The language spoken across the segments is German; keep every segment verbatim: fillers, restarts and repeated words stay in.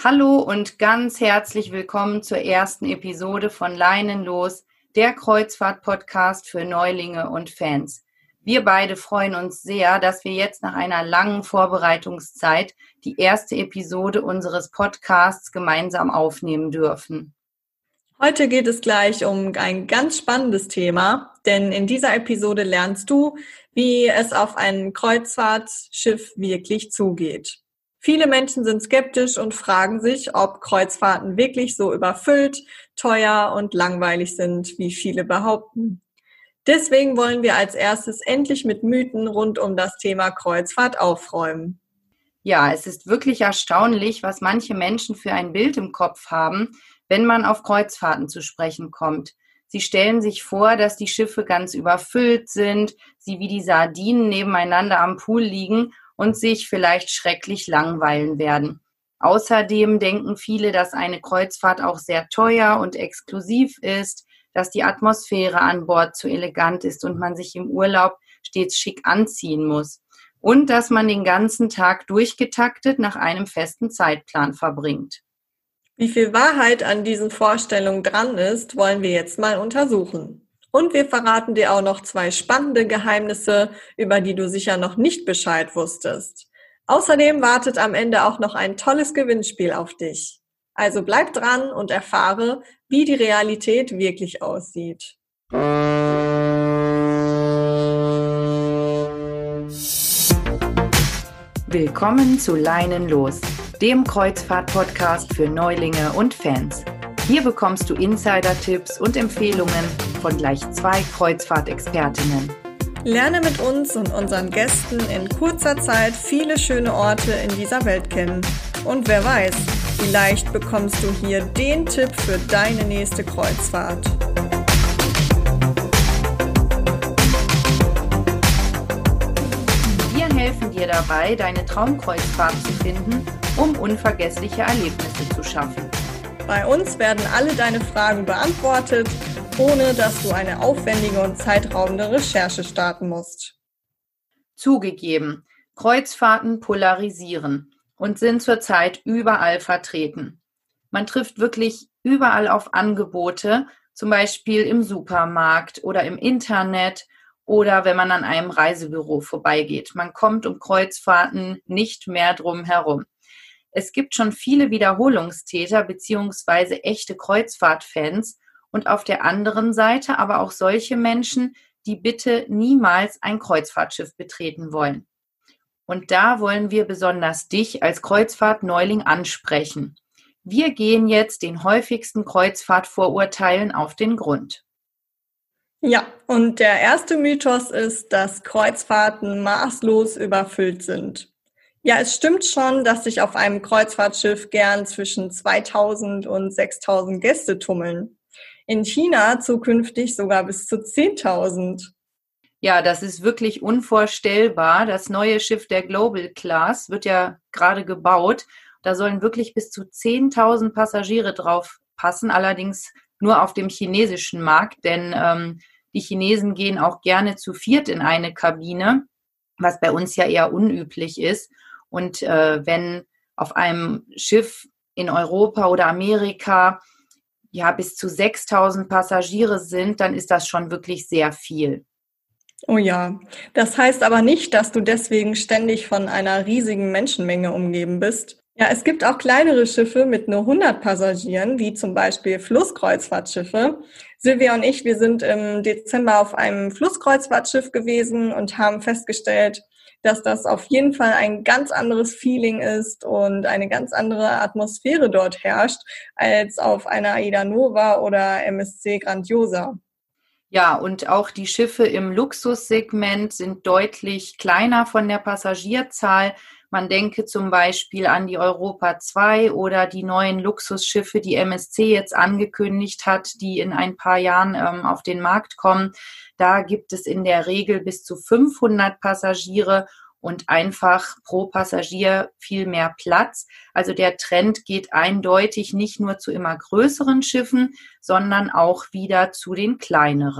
Hallo und ganz herzlich willkommen zur ersten Episode von Leinenlos, der Kreuzfahrt-Podcast für Neulinge und Fans. Wir beide freuen uns sehr, dass wir jetzt nach einer langen Vorbereitungszeit die erste Episode unseres Podcasts gemeinsam aufnehmen dürfen. Heute geht es gleich um ein ganz spannendes Thema, denn in dieser Episode lernst du, wie es auf einem Kreuzfahrtschiff wirklich zugeht. Viele Menschen sind skeptisch und fragen sich, ob Kreuzfahrten wirklich so überfüllt, teuer und langweilig sind, wie viele behaupten. Deswegen wollen wir als erstes endlich mit Mythen rund um das Thema Kreuzfahrt aufräumen. Ja, es ist wirklich erstaunlich, was manche Menschen für ein Bild im Kopf haben, wenn man auf Kreuzfahrten zu sprechen kommt. Sie stellen sich vor, dass die Schiffe ganz überfüllt sind, sie wie die Sardinen nebeneinander am Pool liegen und sich vielleicht schrecklich langweilen werden. Außerdem denken viele, dass eine Kreuzfahrt auch sehr teuer und exklusiv ist, dass die Atmosphäre an Bord zu elegant ist und man sich im Urlaub stets schick anziehen muss. Und dass man den ganzen Tag durchgetaktet nach einem festen Zeitplan verbringt. Wie viel Wahrheit an diesen Vorstellungen dran ist, wollen wir jetzt mal untersuchen. Und wir verraten dir auch noch zwei spannende Geheimnisse, über die du sicher noch nicht Bescheid wusstest. Außerdem wartet am Ende auch noch ein tolles Gewinnspiel auf dich. Also bleib dran und erfahre, wie die Realität wirklich aussieht. Willkommen zu Leinenlos, dem Kreuzfahrt-Podcast für Neulinge und Fans. Hier bekommst du Insider-Tipps und Empfehlungen von gleich zwei Kreuzfahrtexpertinnen. Lerne mit uns und unseren Gästen in kurzer Zeit viele schöne Orte in dieser Welt kennen. Und wer weiß, vielleicht bekommst du hier den Tipp für deine nächste Kreuzfahrt. Wir helfen dir dabei, deine Traumkreuzfahrt zu finden, um unvergessliche Erlebnisse zu schaffen. Bei uns werden alle deine Fragen beantwortet, ohne dass du eine aufwendige und zeitraubende Recherche starten musst. Zugegeben, Kreuzfahrten polarisieren und sind zurzeit überall vertreten. Man trifft wirklich überall auf Angebote, zum Beispiel im Supermarkt oder im Internet oder wenn man an einem Reisebüro vorbeigeht. Man kommt um Kreuzfahrten nicht mehr drum herum. Es gibt schon viele Wiederholungstäter bzw. echte Kreuzfahrtfans und auf der anderen Seite aber auch solche Menschen, die bitte niemals ein Kreuzfahrtschiff betreten wollen. Und da wollen wir besonders dich als Kreuzfahrtneuling ansprechen. Wir gehen jetzt den häufigsten Kreuzfahrtvorurteilen auf den Grund. Ja, und der erste Mythos ist, dass Kreuzfahrten maßlos überfüllt sind. Ja, es stimmt schon, dass sich auf einem Kreuzfahrtschiff gern zwischen zweitausend und sechstausend Gäste tummeln. In China zukünftig sogar bis zu zehntausend. Ja, das ist wirklich unvorstellbar. Das neue Schiff der Global Class wird ja gerade gebaut. Da sollen wirklich bis zu zehntausend Passagiere drauf passen, allerdings nur auf dem chinesischen Markt, denn ähm, die Chinesen gehen auch gerne zu viert in eine Kabine, was bei uns ja eher unüblich ist. Und äh, wenn auf einem Schiff in Europa oder Amerika ja bis zu sechstausend Passagiere sind, dann ist das schon wirklich sehr viel. Oh ja, das heißt aber nicht, dass du deswegen ständig von einer riesigen Menschenmenge umgeben bist. Ja, es gibt auch kleinere Schiffe mit nur hundert Passagieren, wie zum Beispiel Flusskreuzfahrtschiffe. Silvia und ich, wir sind im Dezember auf einem Flusskreuzfahrtschiff gewesen und haben festgestellt, dass das auf jeden Fall ein ganz anderes Feeling ist und eine ganz andere Atmosphäre dort herrscht als auf einer Aida Nova oder M S C Grandiosa. Ja, und auch die Schiffe im Luxussegment sind deutlich kleiner von der Passagierzahl. Man denke zum Beispiel an die Europa zwei oder die neuen Luxusschiffe, die M S C jetzt angekündigt hat, die in ein paar Jahren ähm, auf den Markt kommen. Da gibt es in der Regel bis zu fünfhundert Passagiere und einfach pro Passagier viel mehr Platz. Also der Trend geht eindeutig nicht nur zu immer größeren Schiffen, sondern auch wieder zu den kleineren.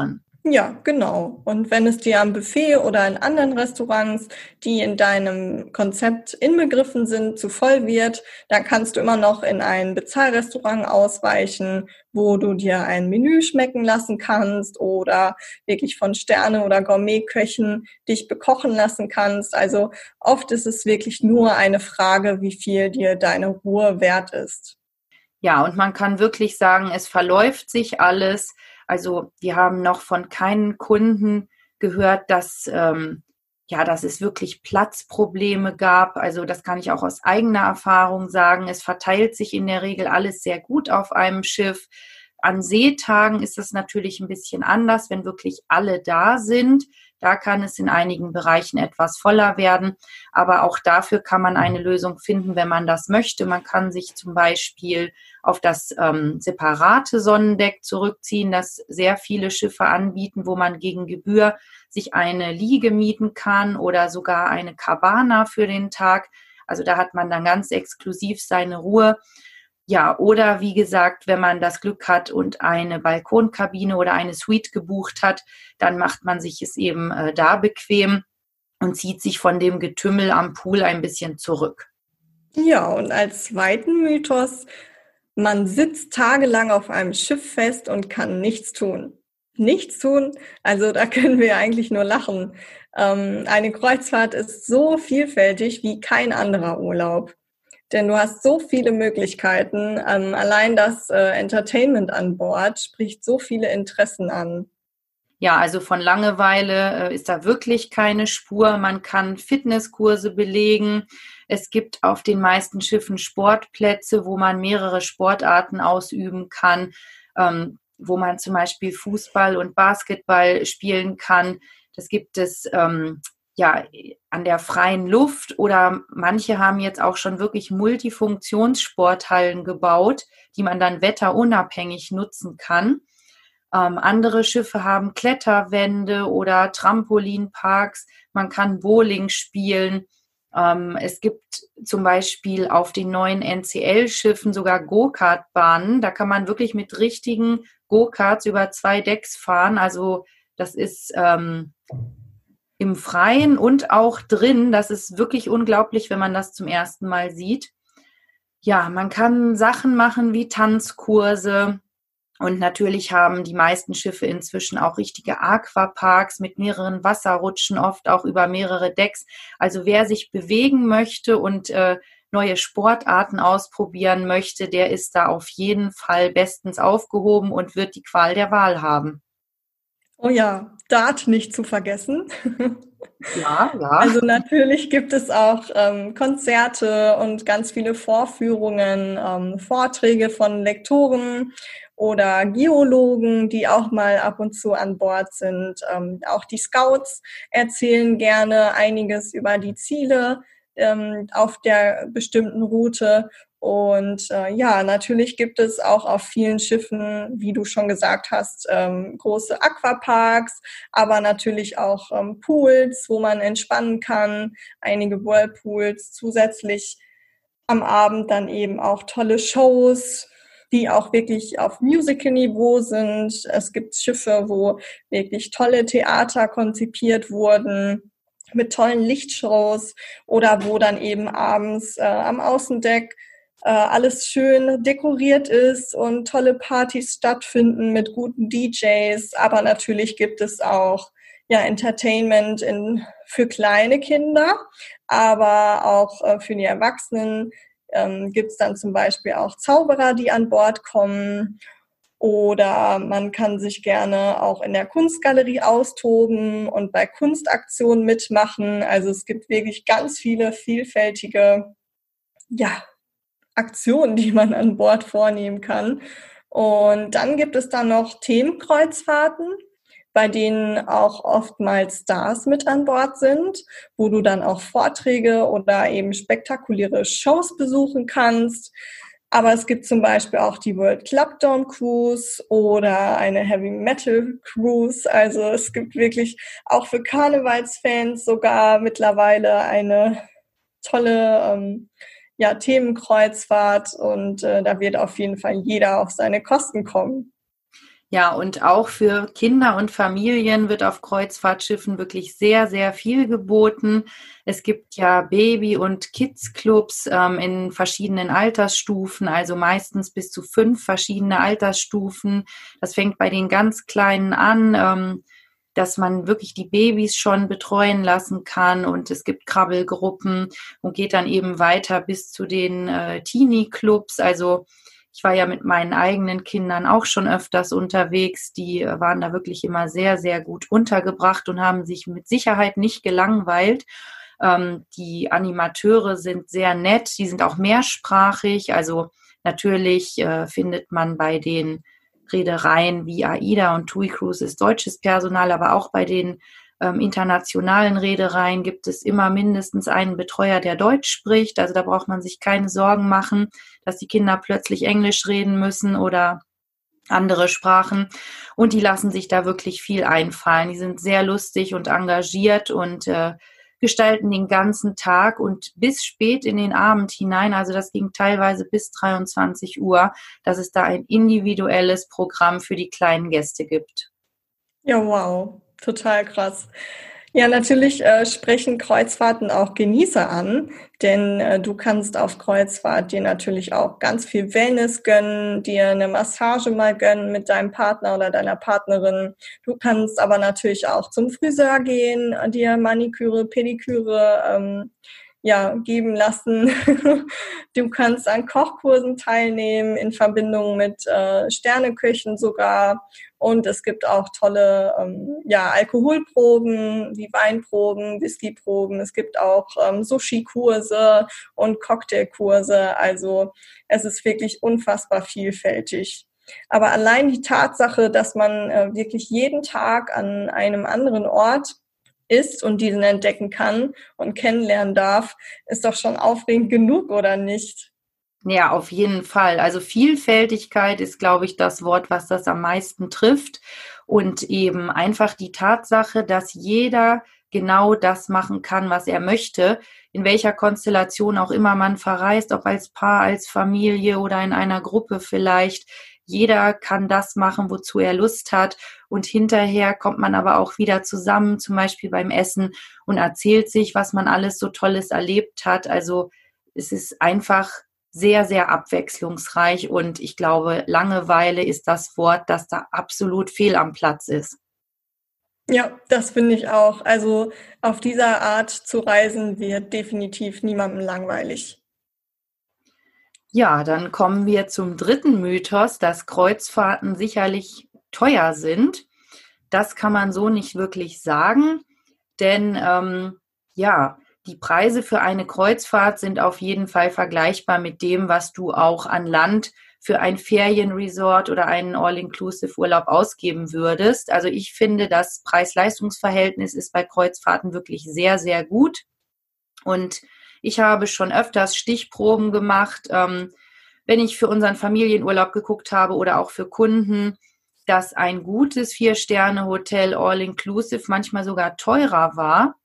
Ja, genau. Und wenn es dir am Buffet oder in anderen Restaurants, die in deinem Konzept inbegriffen sind, zu voll wird, dann kannst du immer noch in ein Bezahlrestaurant ausweichen, wo du dir ein Menü schmecken lassen kannst oder wirklich von Sterne- oder Gourmetköchen dich bekochen lassen kannst. Also oft ist es wirklich nur eine Frage, wie viel dir deine Ruhe wert ist. Ja, und man kann wirklich sagen, es verläuft sich alles. Also wir haben noch von keinen Kunden gehört, dass, ähm, ja, dass es wirklich Platzprobleme gab. Also das kann ich auch aus eigener Erfahrung sagen. Es verteilt sich in der Regel alles sehr gut auf einem Schiff. An Seetagen ist es natürlich ein bisschen anders, wenn wirklich alle da sind. Da kann es in einigen Bereichen etwas voller werden. Aber auch dafür kann man eine Lösung finden, wenn man das möchte. Man kann sich zum Beispiel auf das ähm, separate Sonnendeck zurückziehen, das sehr viele Schiffe anbieten, wo man gegen Gebühr sich eine Liege mieten kann oder sogar eine Cabana für den Tag. Also da hat man dann ganz exklusiv seine Ruhe. Ja, oder wie gesagt, wenn man das Glück hat und eine Balkonkabine oder eine Suite gebucht hat, dann macht man sich es eben äh, da bequem und zieht sich von dem Getümmel am Pool ein bisschen zurück. Ja, und als zweiten Mythos: Man sitzt tagelang auf einem Schiff fest und kann nichts tun. Nichts tun? Also da können wir eigentlich nur lachen. Ähm, eine Kreuzfahrt ist so vielfältig wie kein anderer Urlaub. Denn du hast so viele Möglichkeiten. Ähm, allein das äh, Entertainment an Bord spricht so viele Interessen an. Ja, also von Langeweile äh, ist da wirklich keine Spur. Man kann Fitnesskurse belegen. Es gibt auf den meisten Schiffen Sportplätze, wo man mehrere Sportarten ausüben kann, ähm, wo man zum Beispiel Fußball und Basketball spielen kann. Das gibt es ähm, ja an der freien Luft, oder manche haben jetzt auch schon wirklich Multifunktionssporthallen gebaut, die man dann wetterunabhängig nutzen kann. Ähm, andere Schiffe haben Kletterwände oder Trampolinparks. Man kann Bowling spielen. Ähm, es gibt zum Beispiel auf den neuen N C L-Schiffen sogar Go-Kart-Bahnen. Da kann man wirklich mit richtigen Go-Karts über zwei Decks fahren. Also das ist ähm, im Freien und auch drin. Das ist wirklich unglaublich, wenn man das zum ersten Mal sieht. Ja, man kann Sachen machen wie Tanzkurse. Und natürlich haben die meisten Schiffe inzwischen auch richtige Aquaparks mit mehreren Wasserrutschen, oft auch über mehrere Decks. Also wer sich bewegen möchte und äh, neue Sportarten ausprobieren möchte, der ist da auf jeden Fall bestens aufgehoben und wird die Qual der Wahl haben. Oh ja, Dart nicht zu vergessen. Ja, ja. Also natürlich gibt es auch ähm, Konzerte und ganz viele Vorführungen, ähm, Vorträge von Lektoren oder Geologen, die auch mal ab und zu an Bord sind. Ähm, auch die Scouts erzählen gerne einiges über die Ziele ähm, auf der bestimmten Route. Und äh, ja, natürlich gibt es auch auf vielen Schiffen, wie du schon gesagt hast, ähm, große Aquaparks, aber natürlich auch ähm, Pools, wo man entspannen kann, einige Whirlpools, zusätzlich am Abend dann eben auch tolle Shows, die auch wirklich auf Musical-Niveau sind. Es gibt Schiffe, wo wirklich tolle Theater konzipiert wurden mit tollen Lichtshows oder wo dann eben abends äh, am Außendeck äh, alles schön dekoriert ist und tolle Partys stattfinden mit guten D Js. Aber natürlich gibt es auch ja Entertainment in, für kleine Kinder, aber auch äh, für die Erwachsenen ähm, gibt es dann zum Beispiel auch Zauberer, die an Bord kommen. Oder man kann sich gerne auch in der Kunstgalerie austoben und bei Kunstaktionen mitmachen. Also es gibt wirklich ganz viele vielfältige, ja, Aktionen, die man an Bord vornehmen kann. Und dann gibt es dann noch Themenkreuzfahrten, bei denen auch oftmals Stars mit an Bord sind, wo du dann auch Vorträge oder eben spektakuläre Shows besuchen kannst. Aber es gibt zum Beispiel auch die World Club Dome Cruise oder eine Heavy Metal Cruise. Also es gibt wirklich auch für Karnevalsfans sogar mittlerweile eine tolle ähm, ja, Themenkreuzfahrt und äh, da wird auf jeden Fall jeder auf seine Kosten kommen. Ja, und auch für Kinder und Familien wird auf Kreuzfahrtschiffen wirklich sehr, sehr viel geboten. Es gibt ja Baby- und Kids-Clubs ähm, in verschiedenen Altersstufen, also meistens bis zu fünf verschiedene Altersstufen. Das fängt bei den ganz Kleinen an, ähm, dass man wirklich die Babys schon betreuen lassen kann, und es gibt Krabbelgruppen und geht dann eben weiter bis zu den äh, Teenie-Clubs. Also ich war ja mit meinen eigenen Kindern auch schon öfters unterwegs. Die waren da wirklich immer sehr, sehr gut untergebracht und haben sich mit Sicherheit nicht gelangweilt. Ähm, die Animateure sind sehr nett, die sind auch mehrsprachig. Also natürlich äh, findet man bei den Reedereien wie AIDA und TUI Cruises deutsches Personal, aber auch bei den ähm, internationalen Reedereien gibt es immer mindestens einen Betreuer, der Deutsch spricht. Also da braucht man sich keine Sorgen machen, dass die Kinder plötzlich Englisch reden müssen oder andere Sprachen. Und die lassen sich da wirklich viel einfallen. Die sind sehr lustig und engagiert und äh, gestalten den ganzen Tag und bis spät in den Abend hinein, also das ging teilweise bis dreiundzwanzig Uhr, dass es da ein individuelles Programm für die kleinen Gäste gibt. Ja, wow, total krass. Ja, natürlich äh, sprechen Kreuzfahrten auch Genießer an, denn äh, du kannst auf Kreuzfahrt dir natürlich auch ganz viel Wellness gönnen, dir eine Massage mal gönnen mit deinem Partner oder deiner Partnerin. Du kannst aber natürlich auch zum Friseur gehen, dir Maniküre, Pediküre ähm, ja, geben lassen. Du kannst an Kochkursen teilnehmen, in Verbindung mit äh, Sterneköchen sogar. Und es gibt auch tolle ähm, ja, Alkoholproben, wie Weinproben, Whiskyproben. Es gibt auch ähm, Sushi-Kurse und Cocktailkurse. Also es ist wirklich unfassbar vielfältig. Aber allein die Tatsache, dass man äh, wirklich jeden Tag an einem anderen Ort ist und diesen entdecken kann und kennenlernen darf, ist doch schon aufregend genug, oder nicht? Ja, auf jeden Fall. Also Vielfältigkeit ist, glaube ich, das Wort, was das am meisten trifft. Und eben einfach die Tatsache, dass jeder genau das machen kann, was er möchte, in welcher Konstellation auch immer man verreist, ob als Paar, als Familie oder in einer Gruppe vielleicht. Jeder kann das machen, wozu er Lust hat. Und hinterher kommt man aber auch wieder zusammen, zum Beispiel beim Essen, und erzählt sich, was man alles so Tolles erlebt hat. Also es ist einfach sehr, sehr abwechslungsreich, und ich glaube, Langeweile ist das Wort, das da absolut fehl am Platz ist. Ja, das finde ich auch. Also auf dieser Art zu reisen wird definitiv niemandem langweilig. Ja, dann kommen wir zum dritten Mythos, dass Kreuzfahrten sicherlich teuer sind. Das kann man so nicht wirklich sagen, denn ähm, ja, die Preise für eine Kreuzfahrt sind auf jeden Fall vergleichbar mit dem, was du auch an Land für ein Ferienresort oder einen All-Inclusive-Urlaub ausgeben würdest. Also ich finde, das Preis-Leistungs-Verhältnis ist bei Kreuzfahrten wirklich sehr, sehr gut. Und ich habe schon öfters Stichproben gemacht, ähm, wenn ich für unseren Familienurlaub geguckt habe oder auch für Kunden, dass ein gutes Vier-Sterne-Hotel All-Inclusive manchmal sogar teurer war.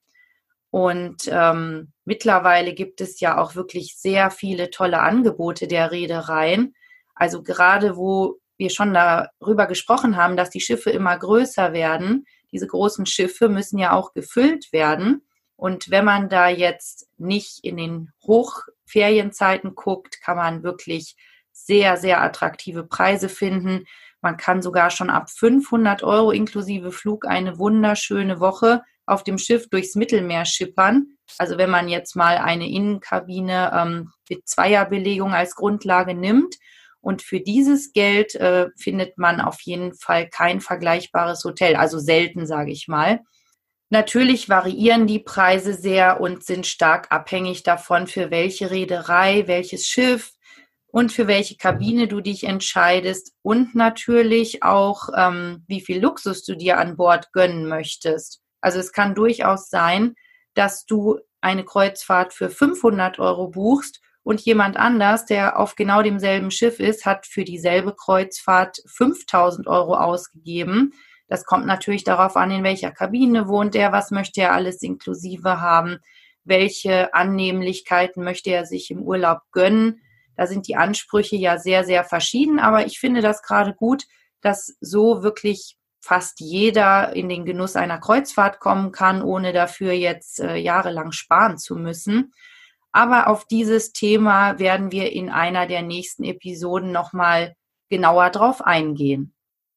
Und ähm, mittlerweile gibt es ja auch wirklich sehr viele tolle Angebote der Reedereien. Also gerade wo wir schon darüber gesprochen haben, dass die Schiffe immer größer werden, diese großen Schiffe müssen ja auch gefüllt werden. Und wenn man da jetzt nicht in den Hochferienzeiten guckt, kann man wirklich sehr, sehr attraktive Preise finden. Man kann sogar schon ab fünfhundert Euro inklusive Flug eine wunderschöne Woche auf dem Schiff durchs Mittelmeer schippern. Also wenn man jetzt mal eine Innenkabine ähm, mit Zweierbelegung als Grundlage nimmt. Und für dieses Geld äh, findet man auf jeden Fall kein vergleichbares Hotel, also selten, sage ich mal. Natürlich variieren die Preise sehr und sind stark abhängig davon, für welche Reederei, welches Schiff und für welche Kabine du dich entscheidest, und natürlich auch, ähm, wie viel Luxus du dir an Bord gönnen möchtest. Also es kann durchaus sein, dass du eine Kreuzfahrt für fünfhundert Euro buchst und jemand anders, der auf genau demselben Schiff ist, hat für dieselbe Kreuzfahrt fünftausend Euro ausgegeben. Das kommt natürlich darauf an, in welcher Kabine wohnt er, was möchte er alles inklusive haben, welche Annehmlichkeiten möchte er sich im Urlaub gönnen. Da sind die Ansprüche ja sehr, sehr verschieden, aber ich finde das gerade gut, dass so wirklich fast jeder in den Genuss einer Kreuzfahrt kommen kann, ohne dafür jetzt äh, jahrelang sparen zu müssen. Aber auf dieses Thema werden wir in einer der nächsten Episoden nochmal genauer drauf eingehen.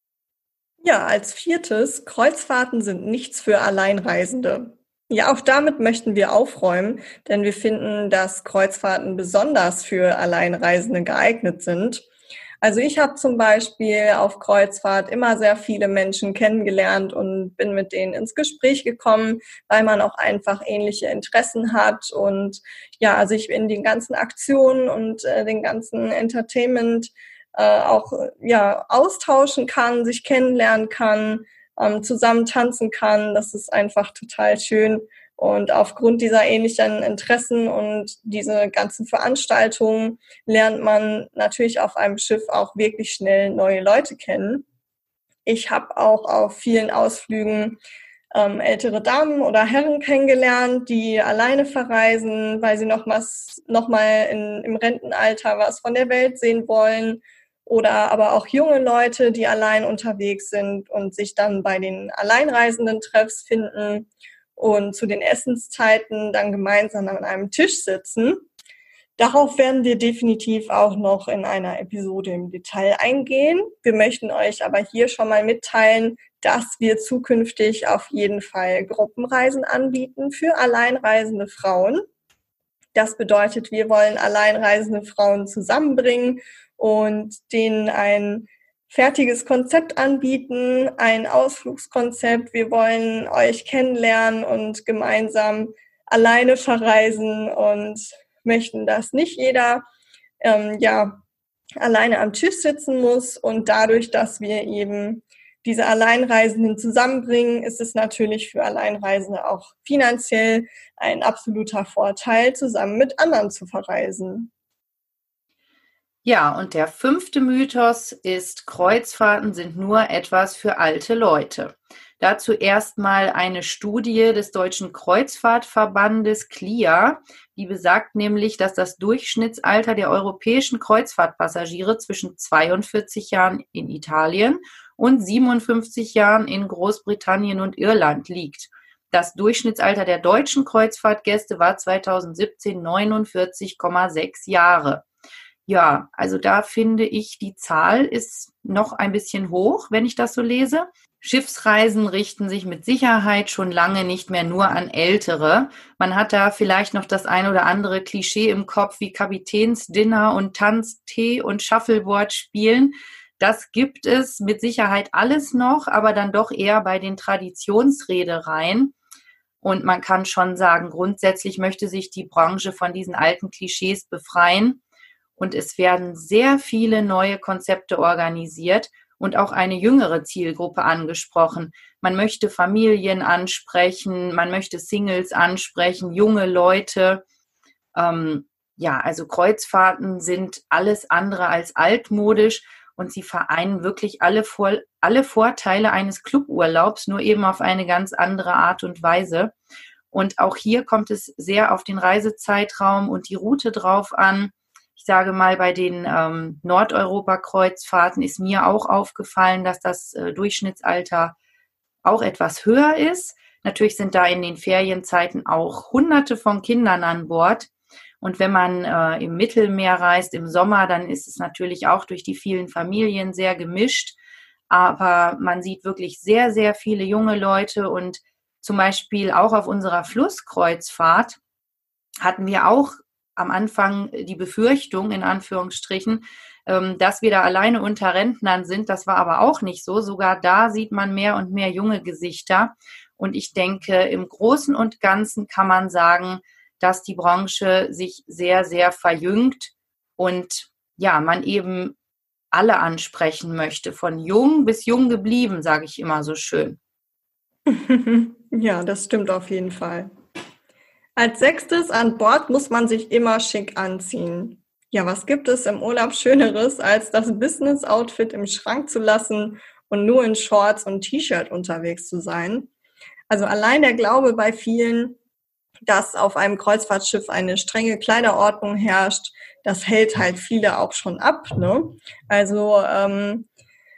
Ja, als viertes, Kreuzfahrten sind nichts für Alleinreisende. Ja, auch damit möchten wir aufräumen, denn wir finden, dass Kreuzfahrten besonders für Alleinreisende geeignet sind. Also ich habe zum Beispiel auf Kreuzfahrt immer sehr viele Menschen kennengelernt und bin mit denen ins Gespräch gekommen, weil man auch einfach ähnliche Interessen hat und ja, sich in den ganzen Aktionen und äh, den ganzen Entertainment äh, auch ja austauschen kann, sich kennenlernen kann, ähm, zusammen tanzen kann. Das ist einfach total schön. Und aufgrund dieser ähnlichen Interessen und diese ganzen Veranstaltungen lernt man natürlich auf einem Schiff auch wirklich schnell neue Leute kennen. Ich habe auch auf vielen Ausflügen ähm, ältere Damen oder Herren kennengelernt, die alleine verreisen, weil sie noch was, noch mal in, im Rentenalter was von der Welt sehen wollen. Oder aber auch junge Leute, die allein unterwegs sind und sich dann bei den Alleinreisenden-Treffs finden und zu den Essenszeiten dann gemeinsam an einem Tisch sitzen. Darauf werden wir definitiv auch noch in einer Episode im Detail eingehen. Wir möchten euch aber hier schon mal mitteilen, dass wir zukünftig auf jeden Fall Gruppenreisen anbieten für alleinreisende Frauen. Das bedeutet, wir wollen alleinreisende Frauen zusammenbringen und denen ein fertiges Konzept anbieten, ein Ausflugskonzept. Wir wollen euch kennenlernen und gemeinsam alleine verreisen und möchten, dass nicht jeder ähm, ja alleine am Tisch sitzen muss. Und dadurch, dass wir eben diese Alleinreisenden zusammenbringen, ist es natürlich für Alleinreisende auch finanziell ein absoluter Vorteil, zusammen mit anderen zu verreisen. Ja, und der fünfte Mythos ist, Kreuzfahrten sind nur etwas für alte Leute. Dazu erstmal eine Studie des Deutschen Kreuzfahrtverbandes C L I A, die besagt nämlich, dass das Durchschnittsalter der europäischen Kreuzfahrtpassagiere zwischen zweiundvierzig Jahren in Italien und siebenundfünfzig Jahren in Großbritannien und Irland liegt. Das Durchschnittsalter der deutschen Kreuzfahrtgäste war zweitausendsiebzehn neunundvierzig Komma sechs Jahre. Ja, also da finde ich, die Zahl ist noch ein bisschen hoch, wenn ich das so lese. Schiffsreisen richten sich mit Sicherheit schon lange nicht mehr nur an Ältere. Man hat da vielleicht noch das ein oder andere Klischee im Kopf, wie Kapitänsdinner und Tanz, Tee und Shuffleboard spielen. Das gibt es mit Sicherheit alles noch, aber dann doch eher bei den Traditionsreedereien. Und man kann schon sagen, grundsätzlich möchte sich die Branche von diesen alten Klischees befreien. Und es werden sehr viele neue Konzepte organisiert und auch eine jüngere Zielgruppe angesprochen. Man möchte Familien ansprechen, man möchte Singles ansprechen, junge Leute. Ähm, ja, also Kreuzfahrten sind alles andere als altmodisch und sie vereinen wirklich alle, Vor- alle Vorteile eines Cluburlaubs, nur eben auf eine ganz andere Art und Weise. Und auch hier kommt es sehr auf den Reisezeitraum und die Route drauf an. Ich sage mal, bei den ähm, Nordeuropa-Kreuzfahrten ist mir auch aufgefallen, dass das äh, Durchschnittsalter auch etwas höher ist. Natürlich sind da in den Ferienzeiten auch Hunderte von Kindern an Bord. Und wenn man äh, im Mittelmeer reist im Sommer, dann ist es natürlich auch durch die vielen Familien sehr gemischt. Aber man sieht wirklich sehr, sehr viele junge Leute. Und zum Beispiel auch auf unserer Flusskreuzfahrt hatten wir auch am Anfang die Befürchtung, in Anführungsstrichen, dass wir da alleine unter Rentnern sind. Das war aber auch nicht so. Sogar da sieht man mehr und mehr junge Gesichter. Und ich denke, im Großen und Ganzen kann man sagen, dass die Branche sich sehr, sehr verjüngt und ja, man eben alle ansprechen möchte. Von jung bis jung geblieben, sage ich immer so schön. Ja, das stimmt auf jeden Fall. Als sechstes, an Bord muss man sich immer schick anziehen. Ja, was gibt es im Urlaub Schöneres, als das Business-Outfit im Schrank zu lassen und nur in Shorts und T-Shirt unterwegs zu sein? Also allein der Glaube bei vielen, dass auf einem Kreuzfahrtschiff eine strenge Kleiderordnung herrscht, das hält halt viele auch schon ab, ne? Also ähm,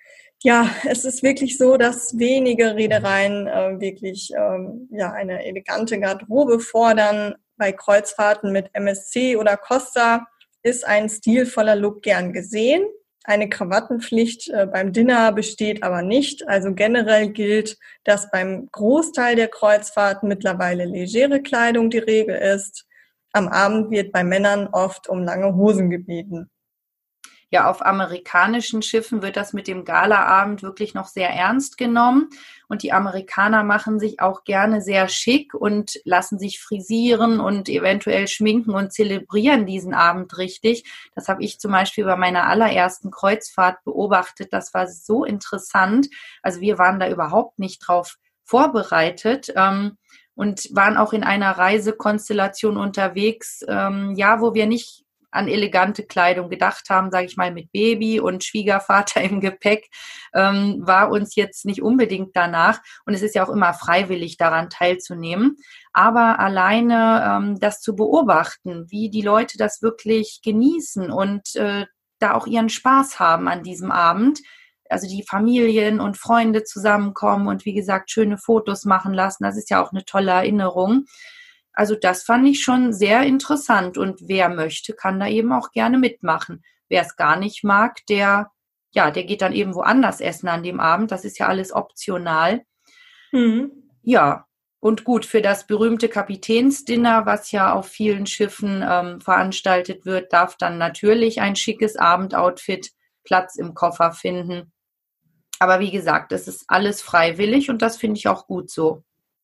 Ja, es ist wirklich so, dass wenige Reedereien äh, wirklich ähm, ja eine elegante Garderobe fordern. Bei Kreuzfahrten mit M S C oder Costa ist ein stilvoller Look gern gesehen. Eine Krawattenpflicht äh, beim Dinner besteht aber nicht. Also generell gilt, dass beim Großteil der Kreuzfahrten mittlerweile legere Kleidung die Regel ist. Am Abend wird bei Männern oft um lange Hosen gebeten. Ja, auf amerikanischen Schiffen wird das mit dem Galaabend wirklich noch sehr ernst genommen. Und die Amerikaner machen sich auch gerne sehr schick und lassen sich frisieren und eventuell schminken und zelebrieren diesen Abend richtig. Das habe ich zum Beispiel bei meiner allerersten Kreuzfahrt beobachtet. Das war so interessant. Also wir waren da überhaupt nicht drauf vorbereitet. Ähm, und waren auch in einer Reisekonstellation unterwegs, ähm, ja, wo wir nicht an elegante Kleidung gedacht haben, sage ich mal, mit Baby und Schwiegervater im Gepäck, ähm, war uns jetzt nicht unbedingt danach. Und es ist ja auch immer freiwillig, daran teilzunehmen. Aber alleine ähm, das zu beobachten, wie die Leute das wirklich genießen und äh, da auch ihren Spaß haben an diesem Abend, also die Familien und Freunde zusammenkommen und wie gesagt, schöne Fotos machen lassen, das ist ja auch eine tolle Erinnerung. Also das fand ich schon sehr interessant und wer möchte, kann da eben auch gerne mitmachen. Wer es gar nicht mag, der, ja, der geht dann eben woanders essen an dem Abend. Das ist ja alles optional. Mhm. Ja, und gut, für das berühmte Kapitänsdinner, was ja auf vielen Schiffen ähm, veranstaltet wird, darf dann natürlich ein schickes Abendoutfit Platz im Koffer finden. Aber wie gesagt, es ist alles freiwillig und das finde ich auch gut so.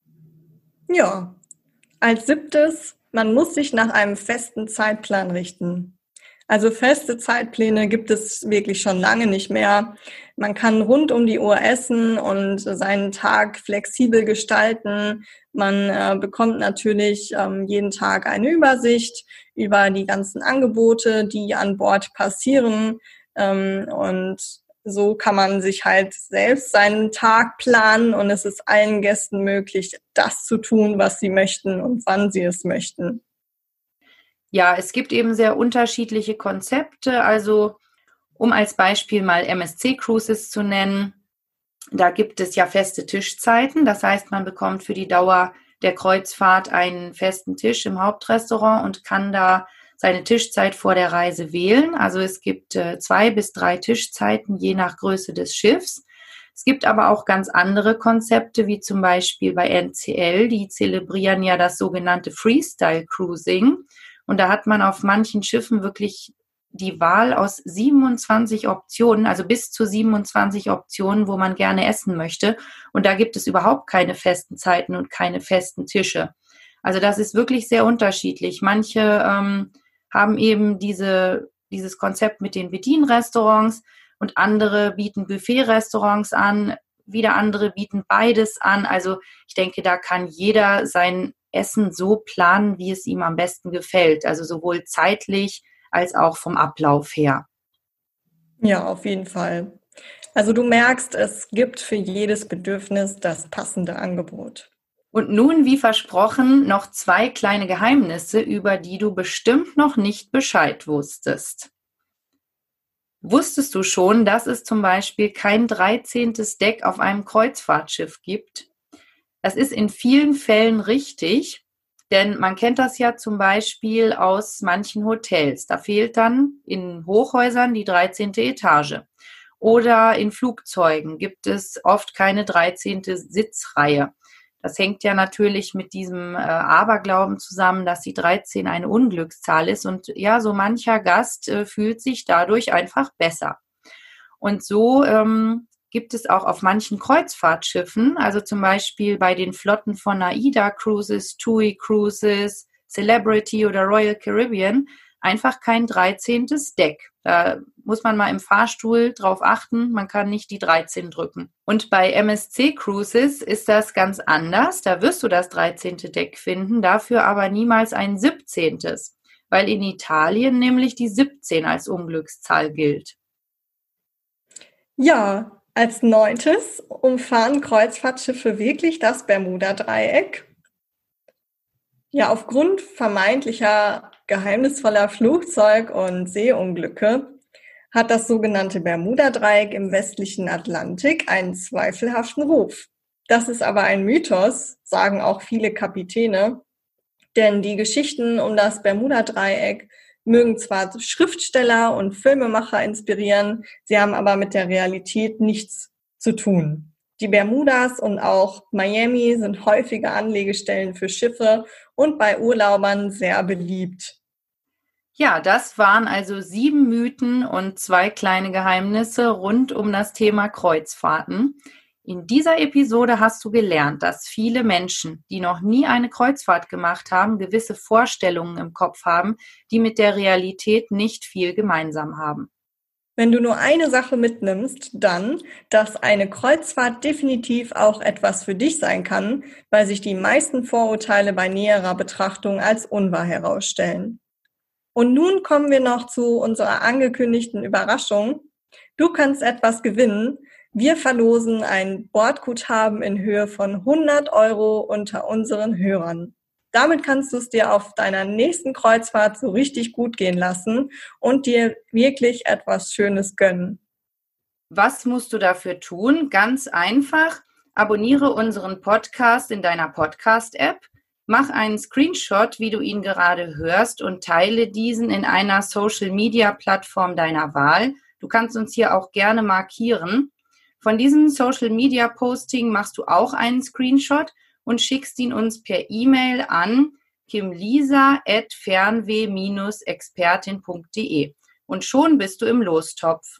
Ja. Als siebtes, man muss sich nach einem festen Zeitplan richten. Also feste Zeitpläne gibt es wirklich schon lange nicht mehr. Man kann rund um die Uhr essen und seinen Tag flexibel gestalten. Man äh, bekommt natürlich ähm, jeden Tag eine Übersicht über die ganzen Angebote, die an Bord passieren. Ähm, und so kann man sich halt selbst seinen Tag planen und es ist allen Gästen möglich, das zu tun, was sie möchten und wann sie es möchten. Ja, es gibt eben sehr unterschiedliche Konzepte. Also, um als Beispiel mal M S C Cruises zu nennen, da gibt es ja feste Tischzeiten. Das heißt, man bekommt für die Dauer der Kreuzfahrt einen festen Tisch im Hauptrestaurant und kann da seine Tischzeit vor der Reise wählen. Also es gibt äh, zwei bis drei Tischzeiten, je nach Größe des Schiffs. Es gibt aber auch ganz andere Konzepte, wie zum Beispiel bei N C L. Die zelebrieren ja das sogenannte Freestyle Cruising. Und da hat man auf manchen Schiffen wirklich die Wahl aus siebenundzwanzig Optionen, also bis zu siebenundzwanzig Optionen, wo man gerne essen möchte. Und da gibt es überhaupt keine festen Zeiten und keine festen Tische. Also das ist wirklich sehr unterschiedlich. Manche ähm, haben eben diese, dieses Konzept mit den Bedienrestaurants und andere bieten Buffet-Restaurants an. Wieder andere bieten beides an. Also ich denke, da kann jeder sein Essen so planen, wie es ihm am besten gefällt. Also sowohl zeitlich als auch vom Ablauf her. Ja, auf jeden Fall. Also du merkst, es gibt für jedes Bedürfnis das passende Angebot. Und nun, wie versprochen, noch zwei kleine Geheimnisse, über die du bestimmt noch nicht Bescheid wusstest. Wusstest du schon, dass es zum Beispiel kein dreizehntes Deck auf einem Kreuzfahrtschiff gibt? Das ist in vielen Fällen richtig, denn man kennt das ja zum Beispiel aus manchen Hotels. Da fehlt dann in Hochhäusern die dreizehnte Etage. Oder in Flugzeugen gibt es oft keine dreizehnte Sitzreihe. Das hängt ja natürlich mit diesem äh, Aberglauben zusammen, dass die dreizehn eine Unglückszahl ist. Und ja, so mancher Gast äh, fühlt sich dadurch einfach besser. Und so ähm, gibt es auch auf manchen Kreuzfahrtschiffen, also zum Beispiel bei den Flotten von AIDA Cruises, TUI Cruises, Celebrity oder Royal Caribbean, einfach kein dreizehntes Deck. Da muss man mal im Fahrstuhl drauf achten, man kann nicht die dreizehn drücken. Und bei M S C Cruises ist das ganz anders. Da wirst du das dreizehnte Deck finden, dafür aber niemals ein siebzehntes, weil in Italien nämlich die siebzehn als Unglückszahl gilt. Ja, als neuntes umfahren Kreuzfahrtschiffe wirklich das Bermuda-Dreieck. Ja, aufgrund vermeintlicher geheimnisvoller Flugzeug- und Seeunglücke hat das sogenannte Bermuda-Dreieck im westlichen Atlantik einen zweifelhaften Ruf. Das ist aber ein Mythos, sagen auch viele Kapitäne, denn die Geschichten um das Bermuda-Dreieck mögen zwar Schriftsteller und Filmemacher inspirieren, sie haben aber mit der Realität nichts zu tun. Die Bermudas und auch Miami sind häufige Anlegestellen für Schiffe und bei Urlaubern sehr beliebt. Ja, das waren also sieben Mythen und zwei kleine Geheimnisse rund um das Thema Kreuzfahrten. In dieser Episode hast du gelernt, dass viele Menschen, die noch nie eine Kreuzfahrt gemacht haben, gewisse Vorstellungen im Kopf haben, die mit der Realität nicht viel gemeinsam haben. Wenn du nur eine Sache mitnimmst, dann, dass eine Kreuzfahrt definitiv auch etwas für dich sein kann, weil sich die meisten Vorurteile bei näherer Betrachtung als unwahr herausstellen. Und nun kommen wir noch zu unserer angekündigten Überraschung. Du kannst etwas gewinnen. Wir verlosen ein Bordguthaben in Höhe von hundert Euro unter unseren Hörern. Damit kannst du es dir auf deiner nächsten Kreuzfahrt so richtig gut gehen lassen und dir wirklich etwas Schönes gönnen. Was musst du dafür tun? Ganz einfach. Abonniere unseren Podcast in deiner Podcast-App. Mach einen Screenshot, wie du ihn gerade hörst, und teile diesen in einer Social-Media-Plattform deiner Wahl. Du kannst uns hier auch gerne markieren. Von diesem Social-Media-Posting machst du auch einen Screenshot und schickst ihn uns per E-Mail an kimlisa at fernweh Bindestrich expertin punkt de. Und schon bist du im Lostopf.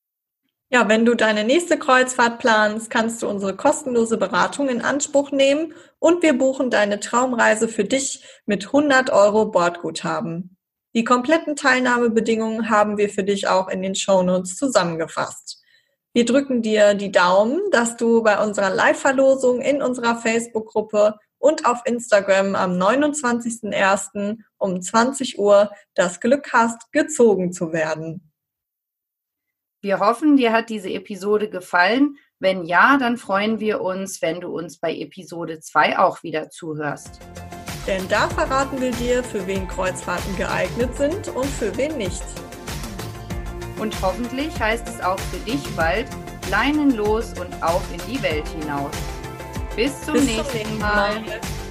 Ja, wenn du deine nächste Kreuzfahrt planst, kannst du unsere kostenlose Beratung in Anspruch nehmen und wir buchen deine Traumreise für dich mit hundert Euro Bordguthaben. Die kompletten Teilnahmebedingungen haben wir für dich auch in den Shownotes zusammengefasst. Wir drücken dir die Daumen, dass du bei unserer Live-Verlosung in unserer Facebook-Gruppe und auf Instagram am neunundzwanzigsten ersten um zwanzig Uhr das Glück hast, gezogen zu werden. Wir hoffen, dir hat diese Episode gefallen. Wenn ja, dann freuen wir uns, wenn du uns bei Episode zwei auch wieder zuhörst. Denn da verraten wir dir, für wen Kreuzfahrten geeignet sind und für wen nicht. Und hoffentlich heißt es auch für dich bald Leinen los und auf in die Welt hinaus. Bis zum Bis nächsten zum nächsten Mal. Mal.